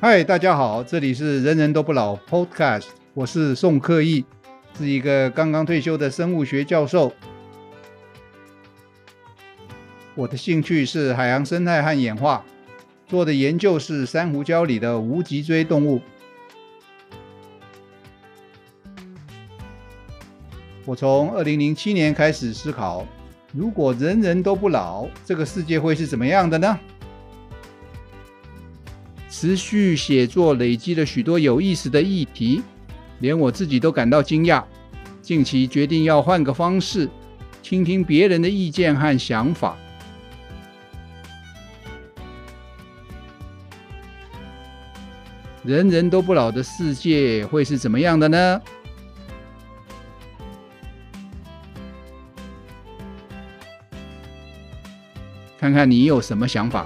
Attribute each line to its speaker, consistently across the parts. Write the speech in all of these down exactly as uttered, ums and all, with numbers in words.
Speaker 1: 嗨，大家好，这里是人人都不老 Podcast， 我是宋克义，是一个刚刚退休的生物学教授。我的兴趣是海洋生态和演化，做的研究是珊瑚礁里的无脊椎动物。我从二零零七年开始思考，如果人人都不老，这个世界会是怎么样的呢？持续写作累积了许多有意思的议题，连我自己都感到惊讶。近期决定要换个方式，倾听别人的意见和想法。人人都不老的世界会是怎么样的呢？看看你有什么想法。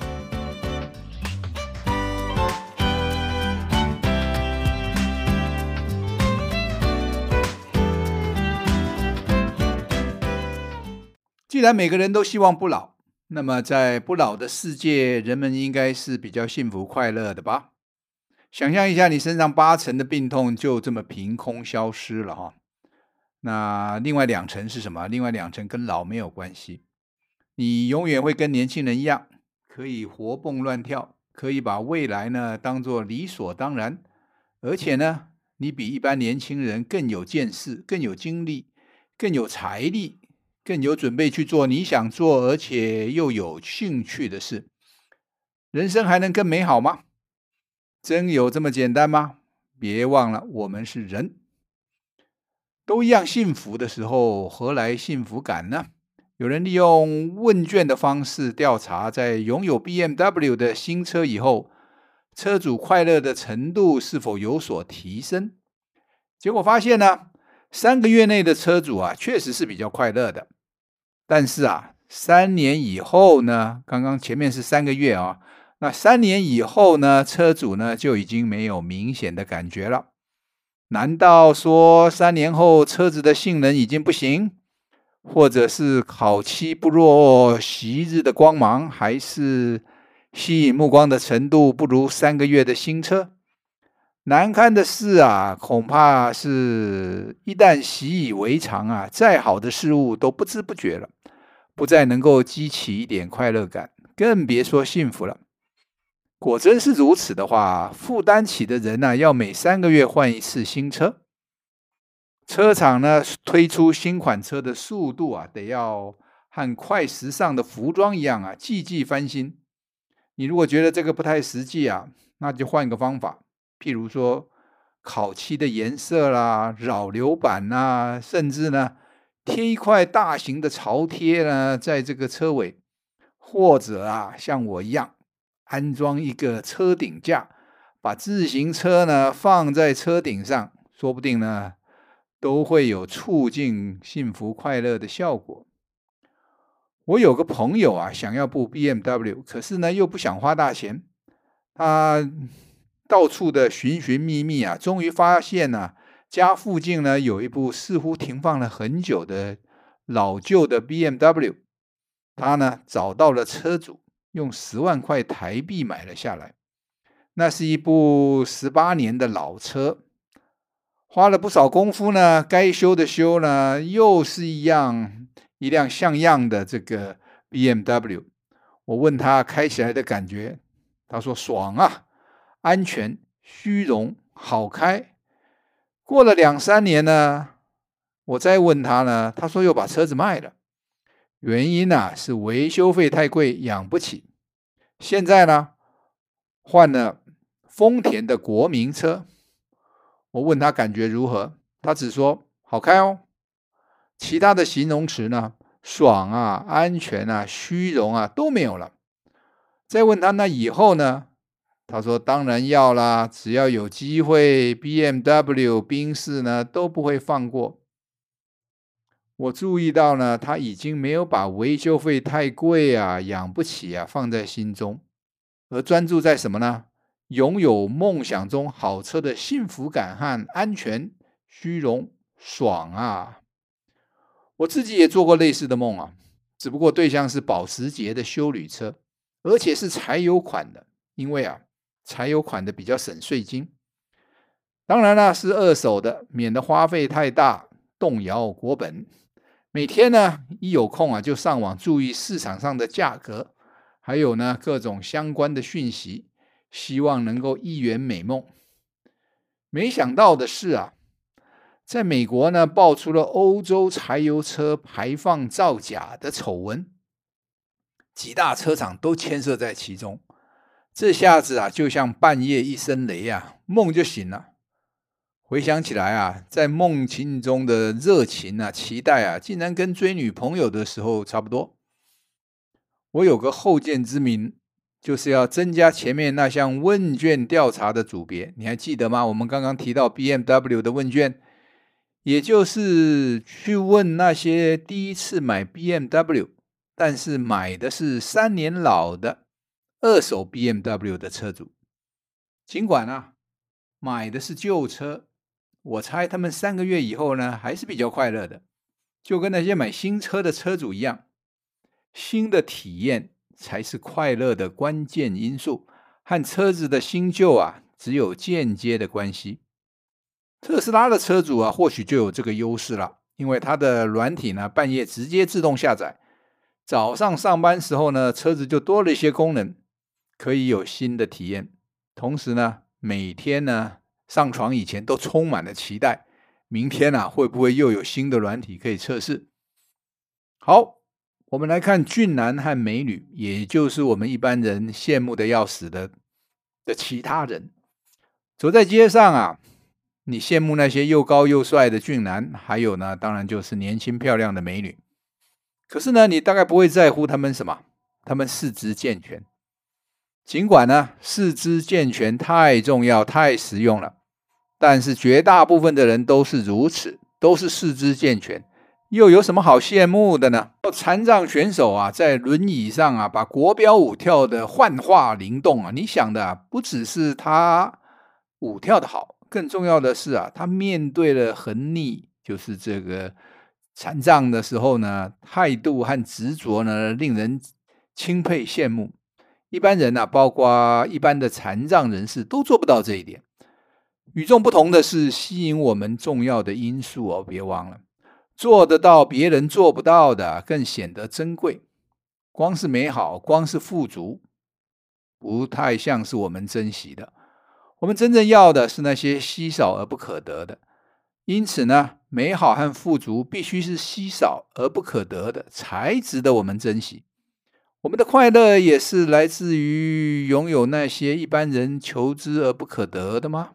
Speaker 1: 既然每个人都希望不老，那么在不老的世界，人们应该是比较幸福快乐的吧？想象一下，你身上八成的病痛就这么凭空消失了哈。那另外两成是什么？另外两成跟老没有关系。你永远会跟年轻人一样，可以活蹦乱跳，可以把未来呢当作理所当然，而且呢，你比一般年轻人更有见识，更有精力，更有财力，更有准备去做你想做而且又有兴趣的事。人生还能更美好吗？真有这么简单吗？别忘了，我们是人，都一样幸福的时候，何来幸福感呢？有人利用问卷的方式调查，在拥有 B M W 的新车以后，车主快乐的程度是否有所提升。结果发现呢，三个月内的车主啊，确实是比较快乐的。但是啊，三年以后呢，刚刚前面是三个月啊，那三年以后呢，车主呢就已经没有明显的感觉了。难道说三年后车子的性能已经不行？或者是烤漆不若昔日的光芒，还是吸引目光的程度不如三个月的新车？难堪的是啊，恐怕是一旦习以为常啊，再好的事物都不知不觉了，不再能够激起一点快乐感，更别说幸福了。果真是如此的话，负担起的人啊，要每三个月换一次新车。车厂呢推出新款车的速度啊，得要和快时尚的服装一样啊，季季翻新。你如果觉得这个不太实际啊，那就换个方法，譬如说烤漆的颜色啦、扰流板啦，甚至呢贴一块大型的潮贴呢，在这个车尾，或者啊像我一样安装一个车顶架，把自行车呢放在车顶上，说不定呢都会有促进幸福快乐的效果。我有个朋友啊，想要部 B M W， 可是呢又不想花大钱，他到处的寻寻觅觅啊，终于发现呢、啊，家附近呢有一部似乎停放了很久的老旧的 B M W， 他呢找到了车主，用十万块台币买了下来。那是一部十八年的老车，花了不少功夫呢，该修的修呢，又是一样一辆像样的这个 B M W。我问他开起来的感觉，他说爽啊，安全、虚荣、好开。过了两三年呢，我再问他呢，他说又把车子卖了，原因啊是维修费太贵，养不起。现在呢，换了丰田的国民车。我问他感觉如何，他只说好开哦，其他的形容词呢，爽啊、安全啊、虚荣啊都没有了。再问他那以后呢，他说当然要啦，只要有机会 B M W、宾士呢都不会放过。我注意到呢，他已经没有把维修费太贵啊、养不起啊放在心中，而专注在什么呢？拥有梦想中好车的幸福感和安全、虚荣、爽啊！我自己也做过类似的梦啊，只不过对象是保时捷的休旅车，而且是柴油款的。因为啊， 柴油款的比较省税金。当然啦，是二手的，免得花费太大，动摇国本。每天呢，一有空啊，就上网注意市场上的价格，还有呢各种相关的讯息，希望能够一圆美梦。没想到的是啊，在美国呢，爆出了欧洲柴油车排放造假的丑闻，几大车厂都牵涉在其中。这下子啊，就像半夜一声雷啊，梦就醒了。回想起来啊，在梦境中的热情啊、期待啊，竟然跟追女朋友的时候差不多。我有个后见之明，就是要增加前面那项问卷调查的组别，你还记得吗？我们刚刚提到 B M W 的问卷，也就是去问那些第一次买 B M W， 但是买的是三年老的二手 B M W 的车主。尽管啊，买的是旧车，我猜他们三个月以后呢，还是比较快乐的，就跟那些买新车的车主一样。新的体验才是快乐的关键因素，和车子的新旧啊，只有间接的关系。特斯拉的车主啊，或许就有这个优势了，因为它的软体呢，半夜直接自动下载，早上上班时候呢，车子就多了一些功能，可以有新的体验。同时呢，每天呢上床以前都充满了期待，明天啊会不会又有新的软体可以测试？好，我们来看俊男和美女，也就是我们一般人羡慕的要死的的其他人。走在街上啊，你羡慕那些又高又帅的俊男，还有呢，当然就是年轻漂亮的美女。可是呢，你大概不会在乎他们什么，他们四肢健全。尽管呢，四肢健全太重要、太实用了，但是绝大部分的人都是如此，都是四肢健全，又有什么好羡慕的呢？残障选手啊，在轮椅上啊，把国标舞跳得幻化灵动啊，你想的啊，不只是他舞跳得好，更重要的是啊，他面对了横逆，就是这个残障的时候呢，态度和执着呢，令人钦佩羡慕。一般人啊，包括一般的残障人士都做不到这一点。与众不同的是吸引我们重要的因素哦，别忘了，做得到别人做不到的，更显得珍贵。光是美好，光是富足，不太像是我们珍惜的。我们真正要的是那些稀少而不可得的。因此呢，美好和富足必须是稀少而不可得的，才值得我们珍惜。我们的快乐也是来自于拥有那些一般人求之而不可得的吗？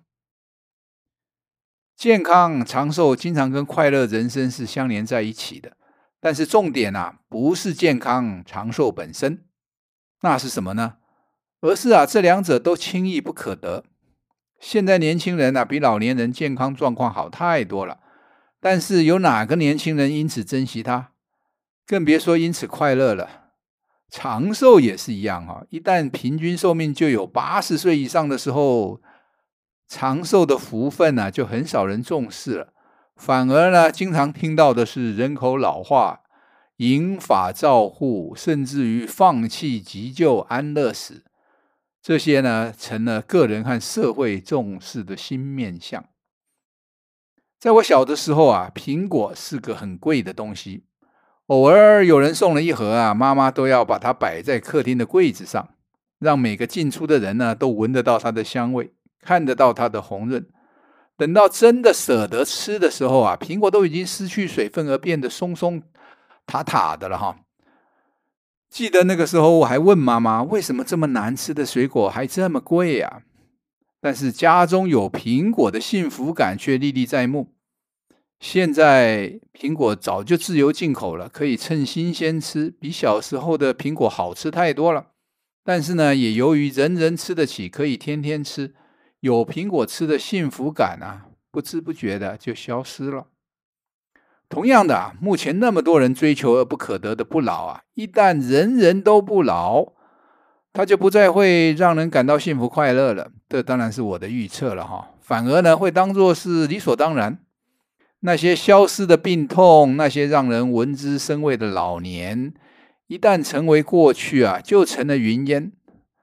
Speaker 1: 健康长寿经常跟快乐人生是相连在一起的，但是重点啊，不是健康长寿本身，那是什么呢？而是啊，这两者都轻易不可得。现在年轻人啊，比老年人健康状况好太多了，但是有哪个年轻人因此珍惜它？更别说因此快乐了。长寿也是一样啊，一旦平均寿命就有八十岁以上的时候，长寿的福分啊，就很少人重视了。反而呢，经常听到的是人口老化、银发照护，甚至于放弃急救安乐死，这些呢，成了个人和社会重视的新面向。在我小的时候啊，苹果是个很贵的东西，偶尔有人送了一盒啊，妈妈都要把它摆在客厅的柜子上，让每个进出的人呢都闻得到它的香味，看得到它的红润。等到真的舍得吃的时候啊，苹果都已经失去水分而变得松松塔塔的了哈。记得那个时候我还问妈妈，为什么这么难吃的水果还这么贵啊？但是家中有苹果的幸福感却历历在目。现在苹果早就自由进口了，可以趁新鲜吃，比小时候的苹果好吃太多了。但是呢，也由于人人吃得起，可以天天吃，有苹果吃的幸福感啊，不知不觉的就消失了。同样的啊，目前那么多人追求而不可得的不老啊，一旦人人都不老，它就不再会让人感到幸福快乐了。这当然是我的预测了哈，反而呢会当作是理所当然。那些消失的病痛，那些让人闻之生畏的老年，一旦成为过去啊，就成了云烟。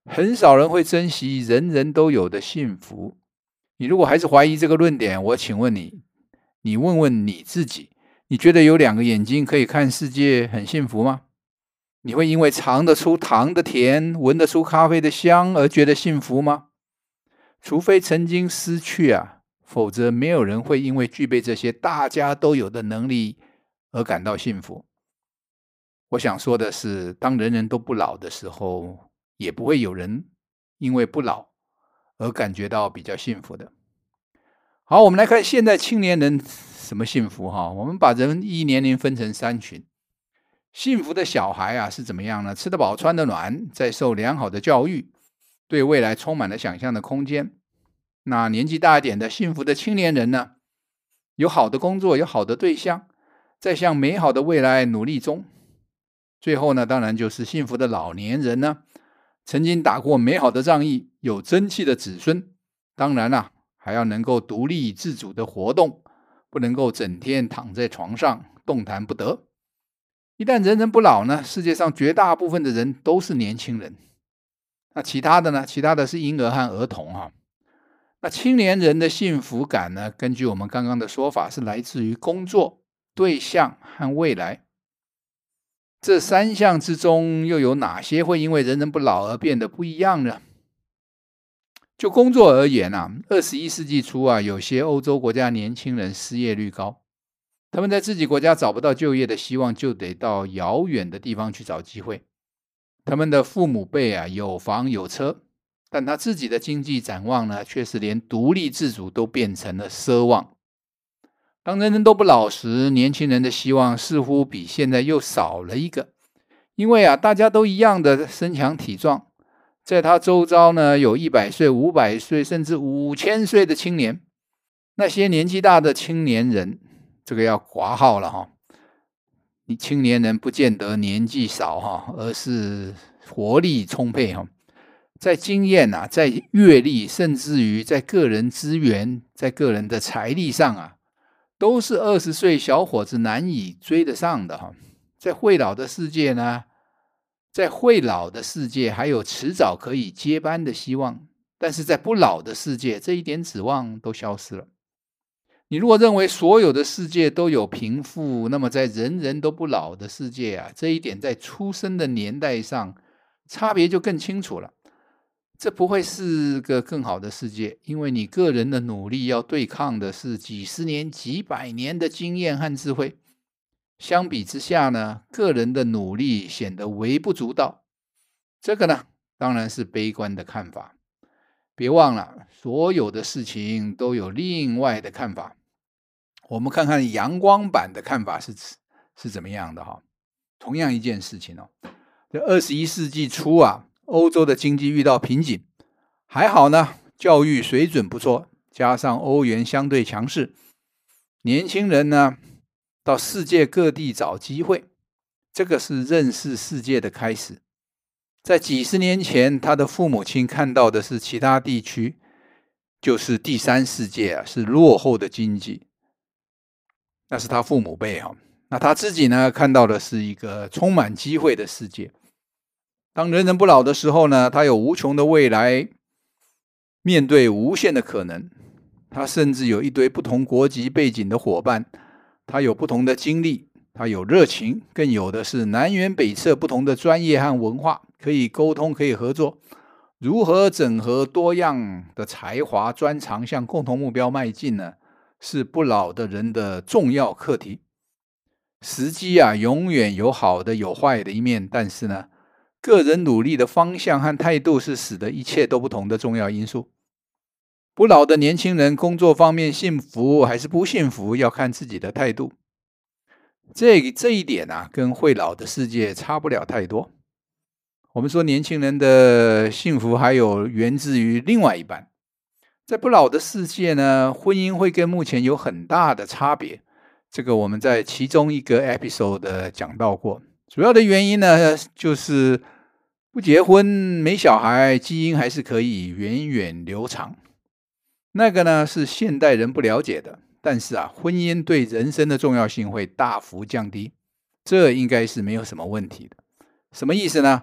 Speaker 1: 很少人会珍惜人人都有的幸福。你如果还是怀疑这个论点，我请问你，你问问你自己，你觉得有两个眼睛可以看世界很幸福吗？你会因为尝得出糖的甜，闻得出咖啡的香而觉得幸福吗？除非曾经失去啊，否则没有人会因为具备这些大家都有的能力而感到幸福。我想说的是，当人人都不老的时候，也不会有人因为不老而感觉到比较幸福的。好，我们来看现在青年人什么幸福哈？我们把人一年龄分成三群。幸福的小孩啊是怎么样呢？吃得饱穿得暖，在受良好的教育，对未来充满了想象的空间。那年纪大一点的幸福的青年人呢，有好的工作，有好的对象，在向美好的未来努力中。最后呢，当然就是幸福的老年人呢，曾经打过美好的仗义，有争气的子孙，当然啦，还要能够独立自主的活动，不能够整天躺在床上动弹不得。一旦人人不老呢，世界上绝大部分的人都是年轻人。那其他的呢？其他的是婴儿和儿童哈。那青年人的幸福感呢，根据我们刚刚的说法，是来自于工作、对象和未来。这三项之中，又有哪些会因为人人不老而变得不一样呢？就工作而言啊，二十一世纪初啊，有些欧洲国家年轻人失业率高，他们在自己国家找不到就业的希望，就得到遥远的地方去找机会。他们的父母辈啊，有房有车，但他自己的经济展望呢，却是连独立自主都变成了奢望。当人人都不老时，年轻人的希望似乎比现在又少了一个。因为啊，大家都一样的身强体壮，在他周遭呢，有一百岁、五百岁，甚至五千岁的青年。那些年纪大的青年人，这个要括号了哈。你青年人不见得年纪少哈，而是活力充沛哈。在经验啊，在阅历，甚至于在个人资源、在个人的财力上啊，都是二十岁小伙子难以追得上的哈。在会老的世界呢，在会老的世界还有迟早可以接班的希望，但是在不老的世界，这一点指望都消失了。你如果认为所有的世界都有贫富，那么在人人都不老的世界啊，这一点在出生的年代上差别就更清楚了。这不会是个更好的世界，因为你个人的努力要对抗的是几十年、几百年的经验和智慧。相比之下呢，个人的努力显得微不足道。这个呢，当然是悲观的看法。别忘了，所有的事情都有另外的看法。我们看看阳光版的看法是是怎么样的哈。同样一件事情哦，这二十一世纪初啊，欧洲的经济遇到瓶颈，还好呢，教育水准不错，加上欧元相对强势，年轻人呢到世界各地找机会，这个是认识世界的开始。在几十年前，他的父母亲看到的是其他地区，就是第三世界啊，是落后的经济。那是他父母辈啊，那他自己呢，看到的是一个充满机会的世界。当人人不老的时候呢，他有无穷的未来，面对无限的可能。他甚至有一堆不同国籍背景的伙伴，他有不同的经历，他有热情，更有的是南辕北辙不同的专业和文化，可以沟通，可以合作。如何整合多样的才华专长向共同目标迈进呢？是不老的人的重要课题。时机啊，永远有好的有坏的一面，但是呢，个人努力的方向和态度是使得一切都不同的重要因素。不老的年轻人工作方面幸福还是不幸福，要看自己的态度。这这一点啊，跟会老的世界差不了太多。我们说年轻人的幸福还有源自于另外一半。在不老的世界呢，婚姻会跟目前有很大的差别。这个我们在其中一个 episode 讲到过。主要的原因呢，就是不结婚没小孩，基因还是可以源远流长。那个呢是现代人不了解的，但是啊，婚姻对人生的重要性会大幅降低，这应该是没有什么问题的。什么意思呢？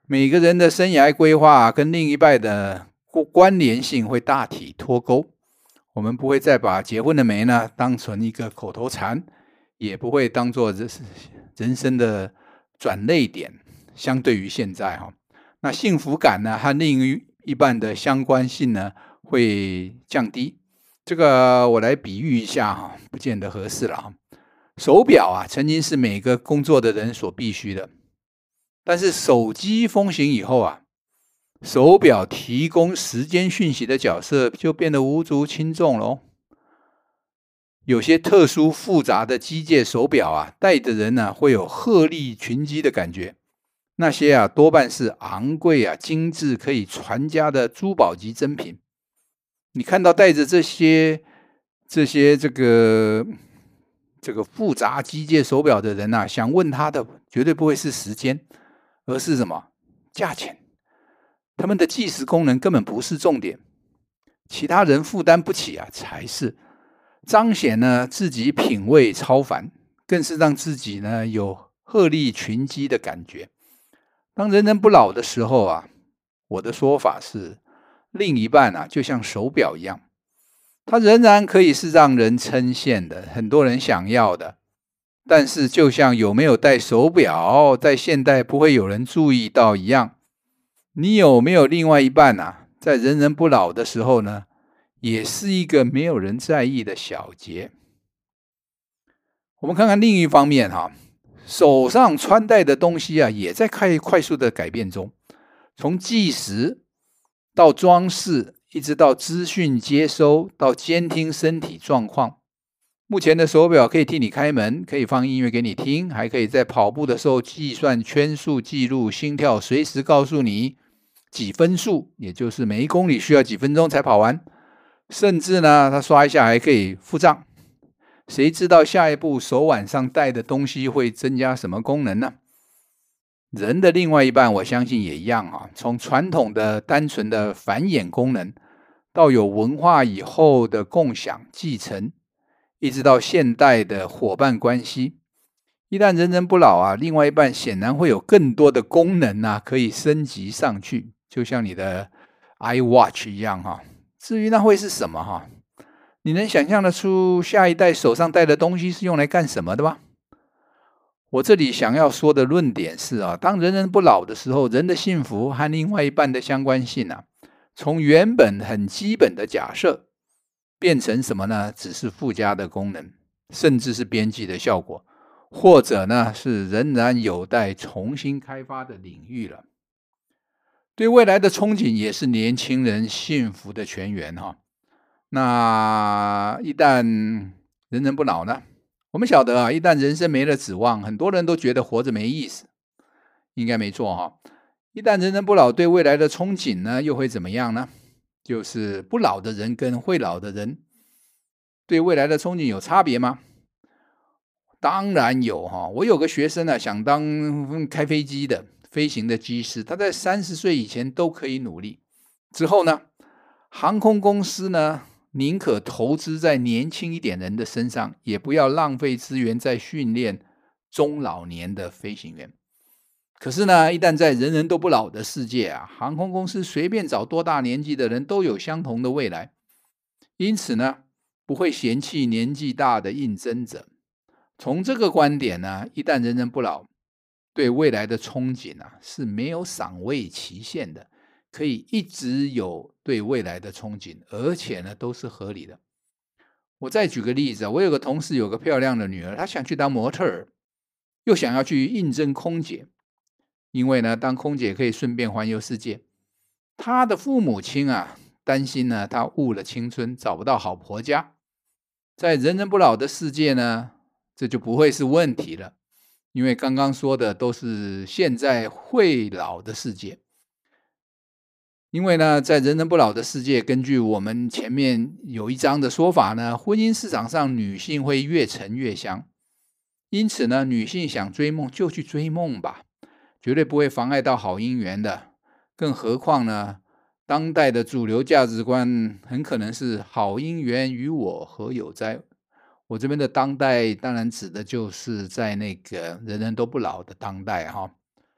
Speaker 1: 每个人的生涯规划跟另一半的关联性会大体脱钩。我们不会再把结婚了没呢当成一个口头禅，也不会当作人生的转捩点。相对于现在哈，那幸福感呢和另一半的相关性呢会降低。这个我来比喻一下哈，不见得合适了哈。手表啊，曾经是每个工作的人所必须的，但是手机风行以后啊，手表提供时间讯息的角色就变得无足轻重了。有些特殊复杂的机械手表啊，戴的人呢、啊、会有鹤立群鸡的感觉。那些啊多半是昂贵啊、精致、可以传家的珠宝级珍品。你看到戴着这些这些这个这个复杂机械手表的人啊，想问他的绝对不会是时间，而是什么？价钱。他们的计时功能根本不是重点，其他人负担不起啊，才是彰显呢自己品味超凡，更是让自己呢有鹤立群鸡的感觉。当人人不老的时候啊，我的说法是，另一半啊就像手表一样，它仍然可以是让人称羡的，很多人想要的。但是就像有没有戴手表，在现代不会有人注意到一样，你有没有另外一半啊，在人人不老的时候呢，也是一个没有人在意的小节。我们看看另一方面哈，手上穿戴的东西啊，也在快快速的改变中，从计时到装饰，一直到资讯接收，到监听身体状况。目前的手表可以替你开门，可以放音乐给你听，还可以在跑步的时候计算圈数、记录心跳，随时告诉你几分数，也就是每一公里需要几分钟才跑完。甚至呢，他刷一下还可以付账。谁知道下一步手腕上戴的东西会增加什么功能呢？人的另外一半我相信也一样啊，从传统的单纯的繁衍功能，到有文化以后的共享继承，一直到现代的伙伴关系。一旦人人不老啊，另外一半显然会有更多的功能啊，可以升级上去，就像你的 iWatch 一样哈。至于那会是什么哈？你能想象得出下一代手上戴的东西是用来干什么的吗？我这里想要说的论点是啊，当人人不老的时候，人的幸福和另外一半的相关性啊，从原本很基本的假设，变成什么呢？只是附加的功能，甚至是边际的效果，或者呢是仍然有待重新开发的领域了。对未来的憧憬也是年轻人幸福的泉源哈。那一旦人人不老呢？我们晓得啊，一旦人生没了指望，很多人都觉得活着没意思，应该没错哈。一旦人人不老，对未来的憧憬呢，又会怎么样呢？就是不老的人跟会老的人对未来的憧憬有差别吗？当然有哈。我有个学生啊，想当开飞机的飞行的机师，他在三十岁以前都可以努力。之后呢，航空公司呢，宁可投资在年轻一点人的身上，也不要浪费资源在训练中老年的飞行员。可是呢，一旦在人人都不老的世界啊，航空公司随便找多大年纪的人都有相同的未来，因此呢，不会嫌弃年纪大的应征者。从这个观点呢，一旦人人不老，对未来的憧憬啊是没有赏味期限的，可以一直有对未来的憧憬，而且呢都是合理的。我再举个例子，我有个同事有个漂亮的女儿，她想去当模特儿，又想要去应征空姐，因为呢当空姐可以顺便环游世界。她的父母亲啊担心呢她误了青春，找不到好婆家。在人人不老的世界呢，这就不会是问题了，因为刚刚说的都是现在会老的世界。因为呢，在人人不老的世界，根据我们前面有一章的说法呢，婚姻市场上女性会越沉越香。因此呢，女性想追梦就去追梦吧，绝对不会妨碍到好姻缘的。更何况呢，当代的主流价值观很可能是好姻缘与我何有哉。我这边的当代当然指的就是在那个人人都不老的当代哈。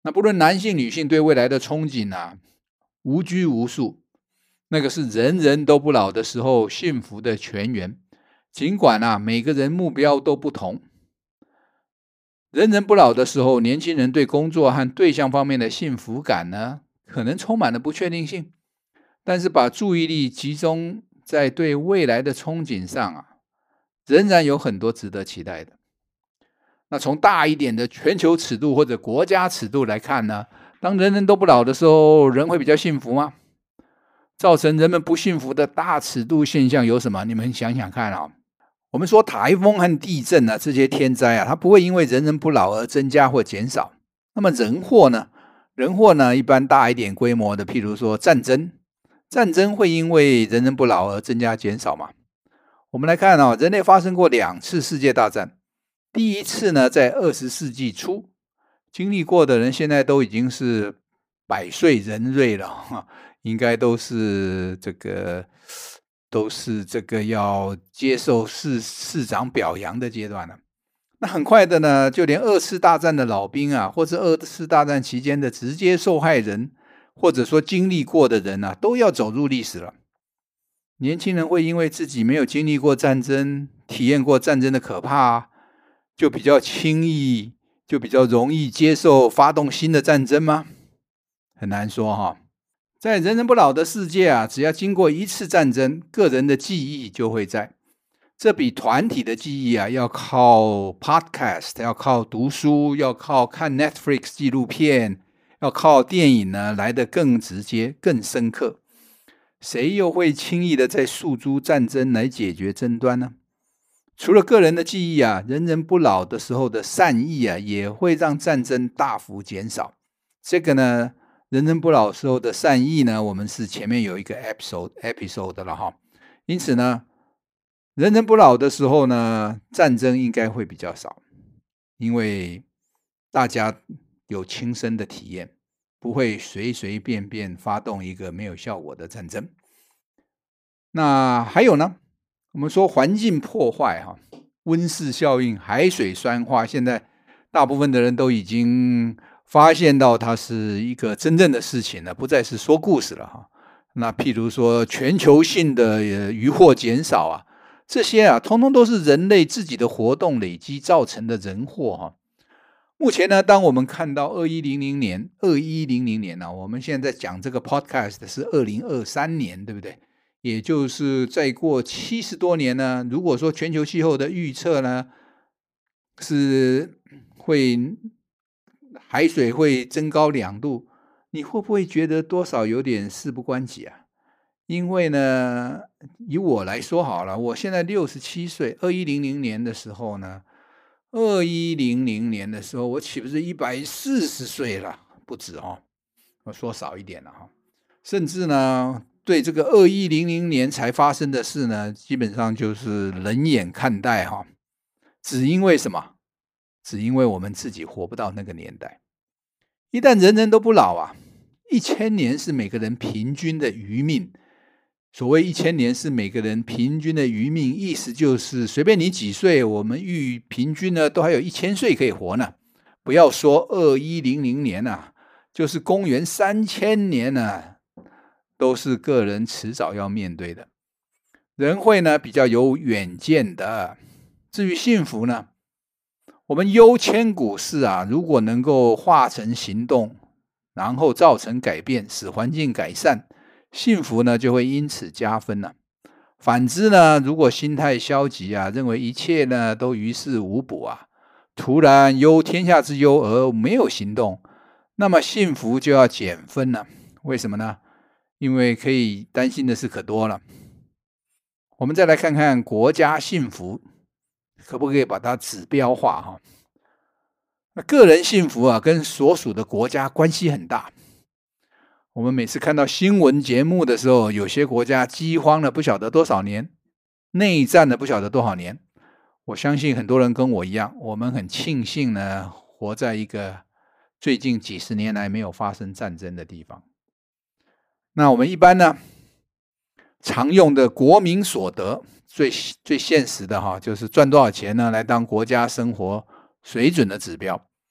Speaker 1: 那不论男性女性对未来的憧憬啊，无拘无束，那个是人人都不老的时候幸福的泉源。尽管啊每个人目标都不同，人人不老的时候，年轻人对工作和对象方面的幸福感呢，可能充满了不确定性，但是把注意力集中在对未来的憧憬上啊，仍然有很多值得期待的。那从大一点的全球尺度或者国家尺度来看呢，当人人都不老的时候，人会比较幸福吗？造成人们不幸福的大尺度现象有什么？你们想想看啊。我们说台风和地震啊，这些天灾啊，它不会因为人人不老而增加或减少。那么人祸呢？人祸呢，一般大一点规模的，譬如说战争，战争会因为人人不老而增加减少吗？我们来看啊，人类发生过两次世界大战。第一次呢，在二十世纪初，经历过的人现在都已经是百岁人瑞了，应该都是这个都是这个要接受市市长表扬的阶段了。那很快的呢，就连二次大战的老兵啊，或者二次大战期间的直接受害人，或者说经历过的人啊，都要走入历史了。年轻人会因为自己没有经历过战争，体验过战争的可怕啊，就比较轻易，就比较容易接受发动新的战争吗？很难说哈。在人人不老的世界啊，只要经过一次战争，个人的记忆就会在。这比团体的记忆啊，要靠 podcast， 要靠读书，要靠看 Netflix 纪录片，要靠电影呢来得更直接、更深刻。谁又会轻易的在诉诸战争来解决争端呢？除了个人的记忆啊，人人不老的时候的善意啊，也会让战争大幅减少。这个呢，人人不老时候的善意呢，我们是前面有一个 episode episode 的了哈。因此呢，人人不老的时候呢，战争应该会比较少，因为大家有亲身的体验，不会随随便便发动一个没有效果的战争。那还有呢，我们说环境破坏哈，温室效应、海水酸化，现在大部分的人都已经发现到它是一个真正的事情了，不再是说故事了哈。那譬如说全球性的渔获减少啊，这些啊，通通都是人类自己的活动累积造成的人祸哈。目前呢，当我们看到二一零零年，二一零零年呢、啊，我们现在讲这个 podcast 是二零二三年，对不对？也就是再过七十多年呢，如果说全球气候的预测呢是会海水会增高两度，你会不会觉得多少有点事不关己啊？因为呢，以我来说好了，我现在六十七岁，二一零零年的时候呢，二一零零年的时候，我岂不是一百四十岁了？不止哦，我说少一点了哈，甚至呢。对这个二一零零年才发生的事呢，基本上就是冷眼看待哈，只因为什么？只因为我们自己活不到那个年代。一旦人人都不老啊，一千年是每个人平均的余命。所谓一千年是每个人平均的余命，意思就是随便你几岁，我们预平均呢都还有一千岁可以活呢。不要说二一零零年啊，就是公元三千年啊。都是个人迟早要面对的。人会呢比较有远见的。至于幸福呢，我们忧千古事啊，如果能够化成行动，然后造成改变，使环境改善，幸福呢就会因此加分了。反之呢，如果心态消极啊，认为一切呢都于事无补啊，突然忧天下之忧而没有行动，那么幸福就要减分了。为什么呢？因为可以担心的事可多了。我们再来看看国家幸福，可不可以把它指标化哈？那个人幸福啊，跟所属的国家关系很大。我们每次看到新闻节目的时候，有些国家饥荒了不晓得多少年，内战了不晓得多少年。我相信很多人跟我一样，我们很庆幸呢，活在一个最近几十年来没有发生战争的地方。那我们一般呢，常用的国民所得最最现实的哈，就是赚多少钱呢，来当国家生活水准的指标。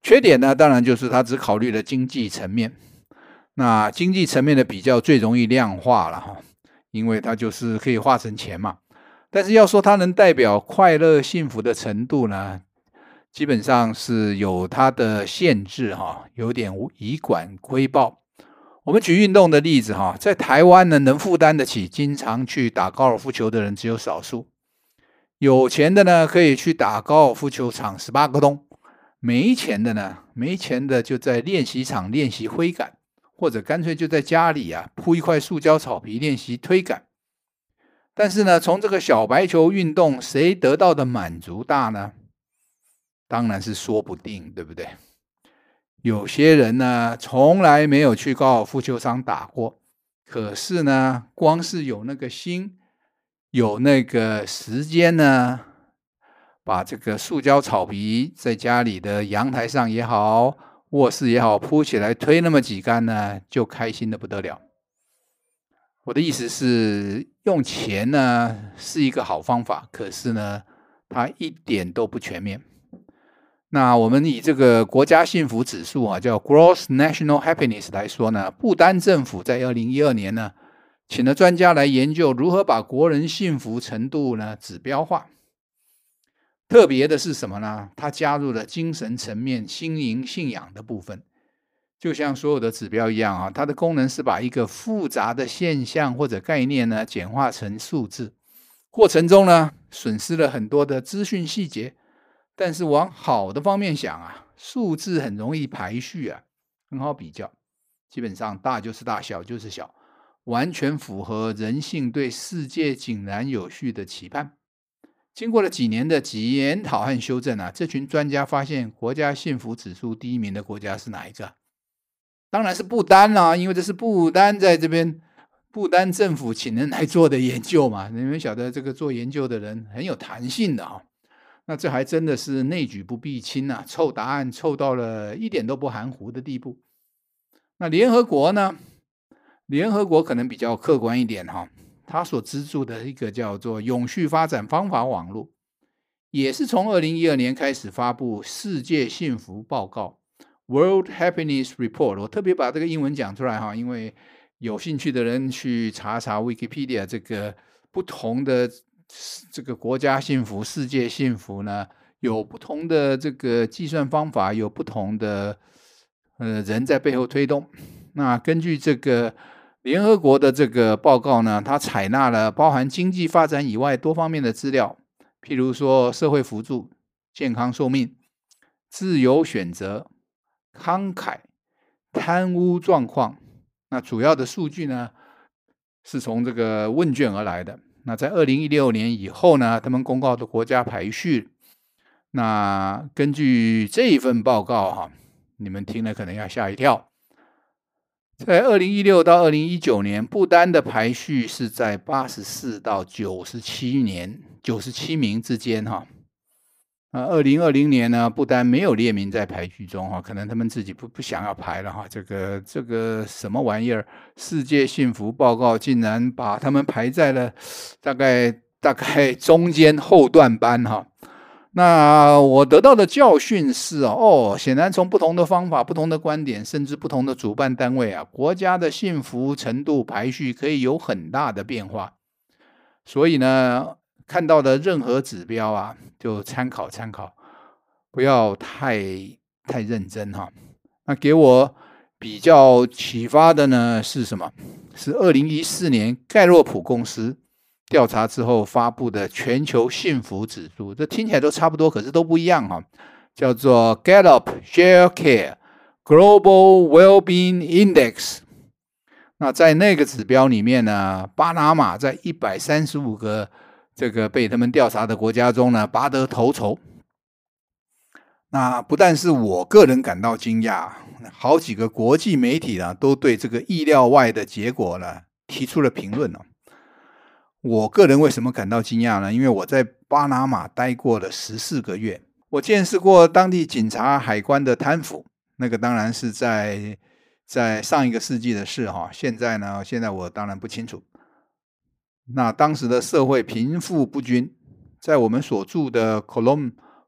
Speaker 1: 缺点呢，当然就是它只考虑了经济层面。那经济层面的比较最容易量化了哈，因为它就是可以化成钱嘛。但是要说它能代表快乐幸福的程度呢，基本上是有它的限制哈，有点以管窥豹。我们举运动的例子哈，在台湾呢，能负担得起经常去打高尔夫球的人只有少数。有钱的呢，可以去打高尔夫球场十八个洞；没钱的呢，没钱的就在练习场练习挥杆，或者干脆就在家里啊铺一块塑胶草皮练习推杆。但是呢，从这个小白球运动，谁得到的满足大呢？当然是说不定，对不对？有些人呢，从来没有去高尔夫球场打过，可是呢，光是有那个心，有那个时间呢，把这个塑胶草皮在家里的阳台上也好，卧室也好，铺起来推那么几杆呢，就开心的不得了。我的意思是，用钱呢是一个好方法，可是呢，它一点都不全面。那我们以这个国家幸福指数啊，叫 Gross National Happiness 来说呢，不丹政府在二零一二年呢，请了专家来研究如何把国人幸福程度呢指标化。特别的是什么呢？它加入了精神层面、心灵信仰的部分。就像所有的指标一样啊，它的功能是把一个复杂的现象或者概念呢简化成数字，过程中呢损失了很多的资讯细节。但是往好的方面想啊，数字很容易排序啊，很好比较，基本上大就是大，小就是小，完全符合人性对世界井然有序的期盼。经过了几年的检讨和修正啊，这群专家发现国家幸福指数第一名的国家是哪一个？当然是不丹啦、啊，因为这是不丹在这边不丹政府请人来做的研究嘛。你们晓得这个做研究的人很有弹性的啊。那这还真的是内举不避亲啊，凑答案凑到了一点都不含糊的地步。那联合国呢？联合国可能比较客观一点哈，它所资助的一个叫做永续发展方法网络，也是从二零一二年开始发布世界幸福报告 World Happiness Report。 我特别把这个英文讲出来哈，因为有兴趣的人去查查 Wikipedia 这个不同的这个国家幸福、世界幸福呢，有不同的这个计算方法，有不同的呃人在背后推动。那根据这个联合国的这个报告呢，它采纳了包含经济发展以外多方面的资料，譬如说社会扶助、健康寿命、自由选择、慷慨、贪污状况。那主要的数据呢，是从这个问卷而来的。那在二零一六年以后呢，他们公告的国家排序。那根据这一份报告哈，你们听了可能要吓一跳。在二零一六到二零一九年，不丹的排序是在八十四到九十七年九十七名之间哈。呃，二零二零年呢，不丹没有列名在排序中哈，可能他们自己不不想要排了哈。这个这个什么玩意儿？世界幸福报告竟然把他们排在了大概大概中间后段班哈。那我得到的教训是哦，显然从不同的方法、不同的观点，甚至不同的主办单位啊，国家的幸福程度排序可以有很大的变化。所以呢，看到的任何指标啊，就参考参考，不要太太认真哈。那给我比较启发的呢是什么？是二零一四年盖洛普公司调查之后发布的全球幸福指数，这听起来都差不多，可是都不一样哈。叫做 Gallup Share Care Global Wellbeing Index。那在那个指标里面呢，巴拿马在一百三十五个这个被他们调查的国家中呢，拔得头筹。那不但是我个人感到惊讶，好几个国际媒体呢都对这个意料外的结果呢提出了评论。我个人为什么感到惊讶呢？因为我在巴拿马待过了十四个月，我见识过当地警察海关的贪腐，那个当然是在在上一个世纪的事哈。现在呢，现在我当然不清楚。那当时的社会贫富不均，在我们所住的 Colom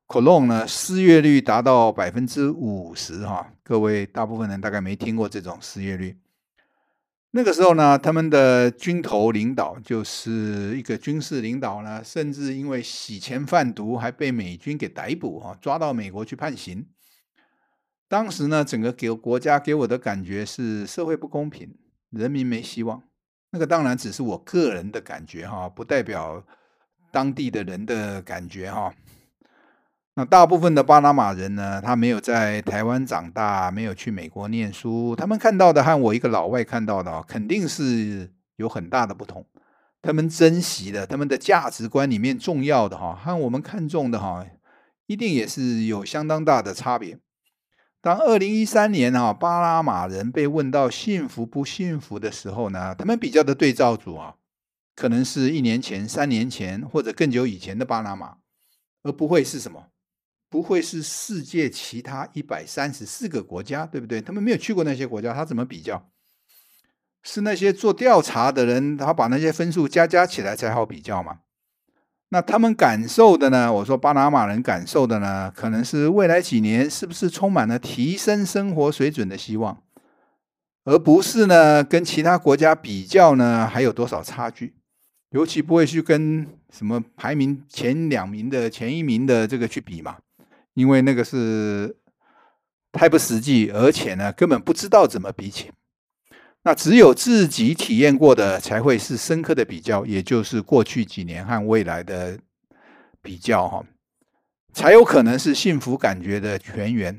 Speaker 1: Cologne 呢，失业率达到 百分之五十 哈，各位大部分人大概没听过这种失业率。那个时候呢，他们的军头领导就是一个军事领导呢，甚至因为洗钱贩毒还被美军给逮捕哈，抓到美国去判刑。当时呢，整个给国家给我的感觉是社会不公平，人民没希望。那个当然只是我个人的感觉哈，不代表当地的人的感觉哈。那大部分的巴拿马人呢，他没有在台湾长大，没有去美国念书，他们看到的和我一个老外看到的、哦、肯定是有很大的不同。他们珍惜的，他们的价值观里面重要的哈，和我们看重的哈，一定也是有相当大的差别。当二零一三年啊，巴拿马人被问到幸福不幸福的时候呢，他们比较的对照组啊，可能是一年前、三年前或者更久以前的巴拿马，而不会是什么？不会是世界其他一百三十四个国家，对不对？他们没有去过那些国家，他怎么比较？是那些做调查的人，他把那些分数加加起来才好比较嘛。那他们感受的呢？我说巴拿马人感受的呢，可能是未来几年是不是充满了提升生活水准的希望，而不是呢跟其他国家比较呢还有多少差距。尤其不会去跟什么排名前两名的、前一名的这个去比嘛。因为那个是太不实际，而且呢根本不知道怎么比起。那只有自己体验过的才会是深刻的比较，也就是过去几年和未来的比较哈，才有可能是幸福感觉的泉源。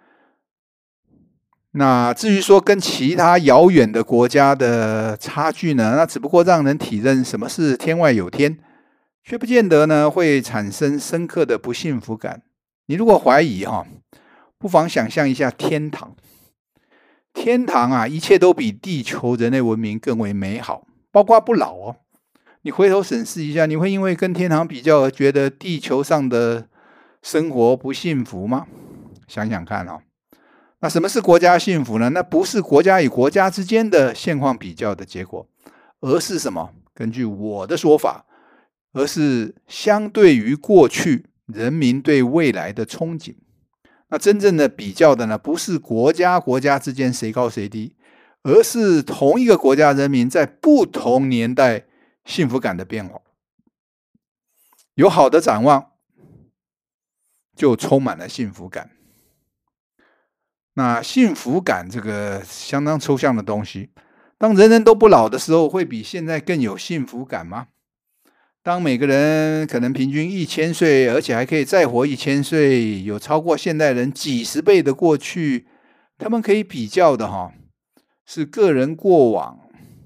Speaker 1: 那至于说跟其他遥远的国家的差距呢，那只不过让人体认什么是天外有天，却不见得呢会产生深刻的不幸福感。你如果怀疑哈，不妨想象一下天堂。天堂啊，一切都比地球人类文明更为美好，包括不老哦。你回头审视一下，你会因为跟天堂比较而觉得地球上的生活不幸福吗？想想看哦。那什么是国家幸福呢？那不是国家与国家之间的现况比较的结果，而是什么？根据我的说法，而是相对于过去人民对未来的憧憬。那真正的比较的呢，不是国家国家之间谁高谁低，而是同一个国家人民在不同年代幸福感的变化。有好的展望，就充满了幸福感。那幸福感这个相当抽象的东西，当人人都不老的时候，会比现在更有幸福感吗？当每个人可能平均一千岁，而且还可以再活一千岁，有超过现代人几十倍的过去，他们可以比较的哈，是个人过往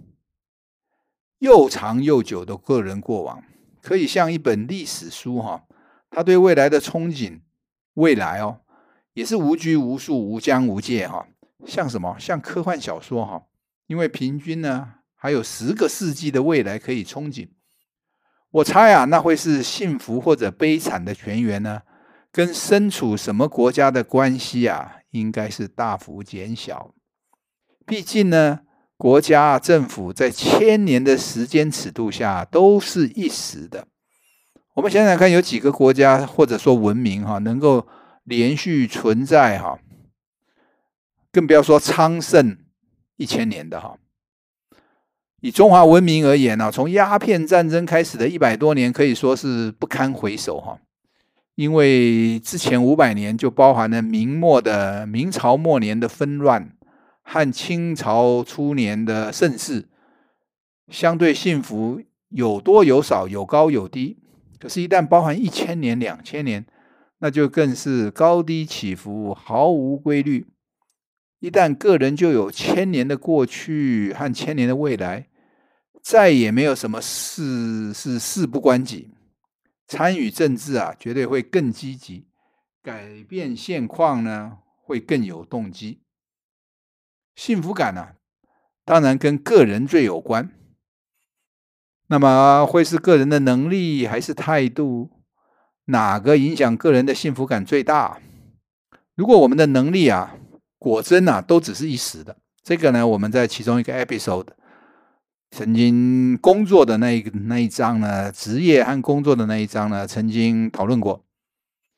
Speaker 1: 又长又久的个人过往，可以像一本历史书哈，他对未来的憧憬，未来哦，也是无拘无束、无疆无界哈，像什么？像科幻小说哈，因为平均呢还有十个世纪的未来可以憧憬。我猜啊，那会是幸福或者悲惨的泉源呢，跟身处什么国家的关系啊，应该是大幅减小。毕竟呢，国家政府在千年的时间尺度下都是一时的。我们想想看，有几个国家或者说文明哈，能够连续存在哈，更不要说昌盛一千年的哈。以中华文明而言，从鸦片战争开始的一百多年可以说是不堪回首，因为之前五百年就包含了明末的明朝末年的纷乱和清朝初年的盛世，相对幸福有多有少，有高有低。可是一旦包含一千年、两千年，那就更是高低起伏，毫无规律。一旦个人就有千年的过去和千年的未来，再也没有什么事是事不关己。参与政治啊，绝对会更积极，改变现况呢，会更有动机。幸福感啊，当然跟个人最有关。那么会是个人的能力还是态度？哪个影响个人的幸福感最大？如果我们的能力啊，果真啊，都只是一时的，这个呢，我们在其中一个 episode 曾经工作的那一那一章呢，职业和工作的那一章呢，曾经讨论过。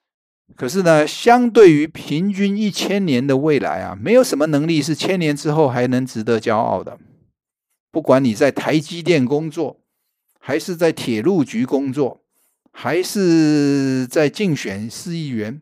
Speaker 1: 可是呢，相对于平均一千年的未来啊，没有什么能力是千年之后还能值得骄傲的。不管你在台积电工作，还是在铁路局工作，还是在竞选市议员，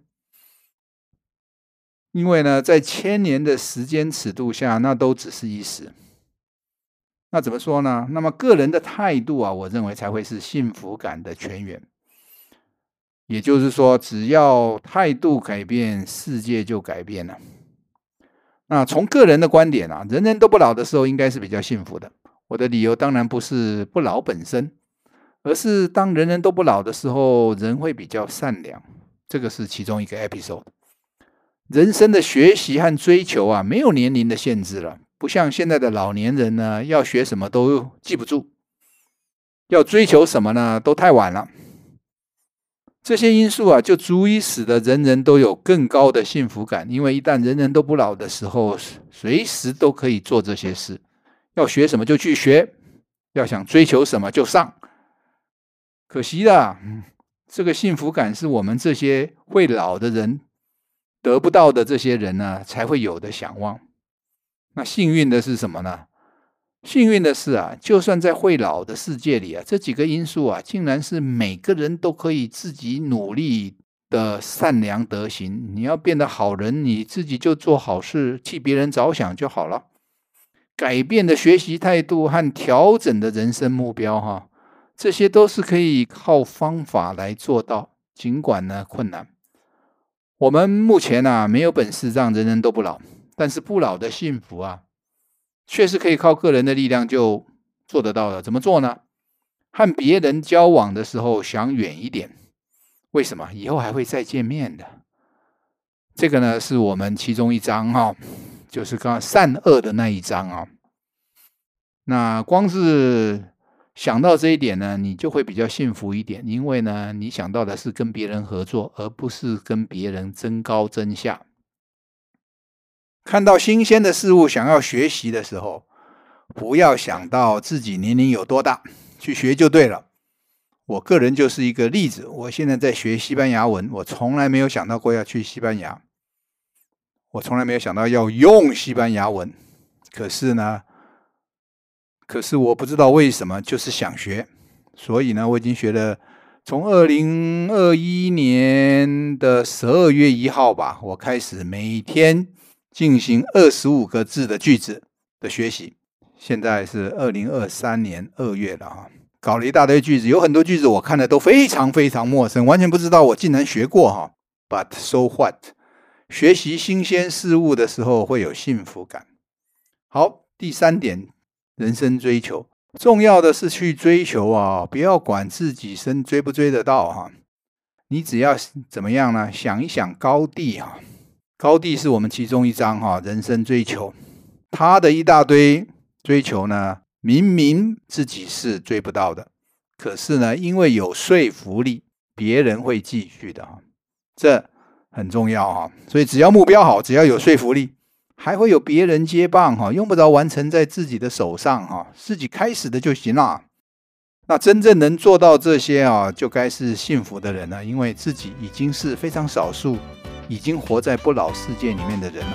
Speaker 1: 因为呢，在千年的时间尺度下，那都只是一时。那怎么说呢？那么个人的态度啊，我认为才会是幸福感的泉源。也就是说，只要态度改变，世界就改变了。那从个人的观点啊，人人都不老的时候，应该是比较幸福的。我的理由当然不是不老本身，而是当人人都不老的时候，人会比较善良。这个是其中一个 episode。人生的学习和追求啊，没有年龄的限制了，不像现在的老年人呢，要学什么都记不住，要追求什么呢，都太晚了。这些因素啊，就足以使得人人都有更高的幸福感，因为一旦人人都不老的时候，随时都可以做这些事，要学什么就去学，要想追求什么就上。可惜的，这个幸福感是我们这些会老的人得不到的，这些人呢才会有的想望。那幸运的是什么呢？幸运的是啊，就算在会老的世界里啊，这几个因素啊，竟然是每个人都可以自己努力的善良德行。你要变得好人，你自己就做好事，替别人着想就好了。改变的学习态度和调整的人生目标哈，这些都是可以靠方法来做到，尽管呢困难。我们目前啊没有本事让人人都不老，但是不老的幸福啊，确实可以靠个人的力量就做得到了。怎么做呢？和别人交往的时候想远一点。为什么？以后还会再见面的。这个呢是我们其中一章哈、哦，就是刚刚善恶的那一章啊、哦。那光是想到这一点呢，你就会比较幸福一点，因为呢，你想到的是跟别人合作，而不是跟别人争高争下。看到新鲜的事物想要学习的时候，不要想到自己年龄有多大，去学就对了。我个人就是一个例子，我现在在学西班牙文，我从来没有想到过要去西班牙，我从来没有想到要用西班牙文，可是呢，可是我不知道为什么，就是想学，所以呢，我已经学了，从二零二一年的十二月一号吧，我开始每天进行二十五个字的句子的学习。现在是二零二三年二月了哈，搞了一大堆句子，有很多句子我看的都非常非常陌生，完全不知道我竟然学过哈。But so what？ 学习新鲜事物的时候会有幸福感。好，第三点，人生追求，重要的是去追求啊，不要管自己身追不追得到哈。你只要怎么样呢？想一想高地哈，高地是我们其中一章哈，人生追求，他的一大堆追求呢，明明自己是追不到的，可是呢，因为有说服力，别人会继续的，这很重要啊。所以只要目标好，只要有说服力，还会有别人接棒哈，用不着完成在自己的手上哈，自己开始的就行了。那真正能做到这些啊，就该是幸福的人了，因为自己已经是非常少数，已经活在不老世界里面的人了。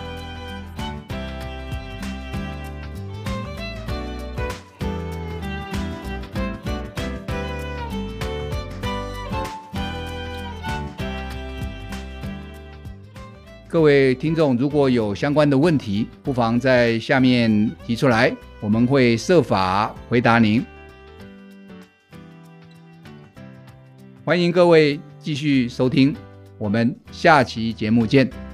Speaker 1: 各位听众，如果有相关的问题，不妨在下面提出来，我们会设法回答您。欢迎各位继续收听，我们下期节目见。